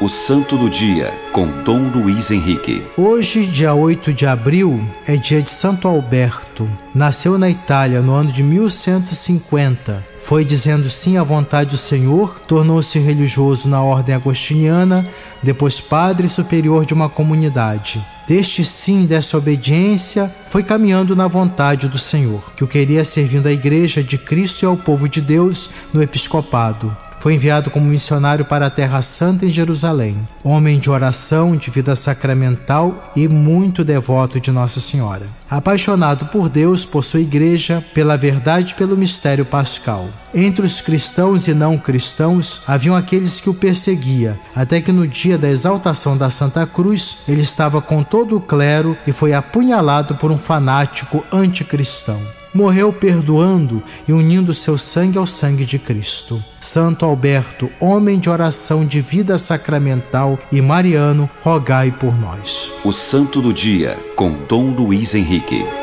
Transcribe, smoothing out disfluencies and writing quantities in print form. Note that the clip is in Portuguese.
O Santo do Dia, com Dom Luiz Henrique. Hoje, dia 8 de abril, é dia de Santo Alberto. Nasceu na Itália no ano de 1150. Foi dizendo sim à vontade do Senhor, tornou-se religioso na ordem agostiniana, depois padre superior de uma comunidade. Deste sim, dessa obediência, foi caminhando na vontade do Senhor, que o queria servindo à Igreja de Cristo e ao povo de Deus no episcopado. Foi enviado como missionário para a Terra Santa em Jerusalém. Homem de oração, de vida sacramental e muito devoto de Nossa Senhora. Apaixonado por Deus, por sua igreja, pela verdade e pelo mistério pascal. Entre os cristãos e não cristãos, haviam aqueles que o perseguiam, até que no dia da exaltação da Santa Cruz, ele estava com todo o clero e foi apunhalado por um fanático anticristão. Morreu perdoando e unindo seu sangue ao sangue de Cristo. Santo Alberto, homem de oração, de vida sacramental e mariano, rogai por nós. O Santo do Dia, com Dom Luiz Henrique.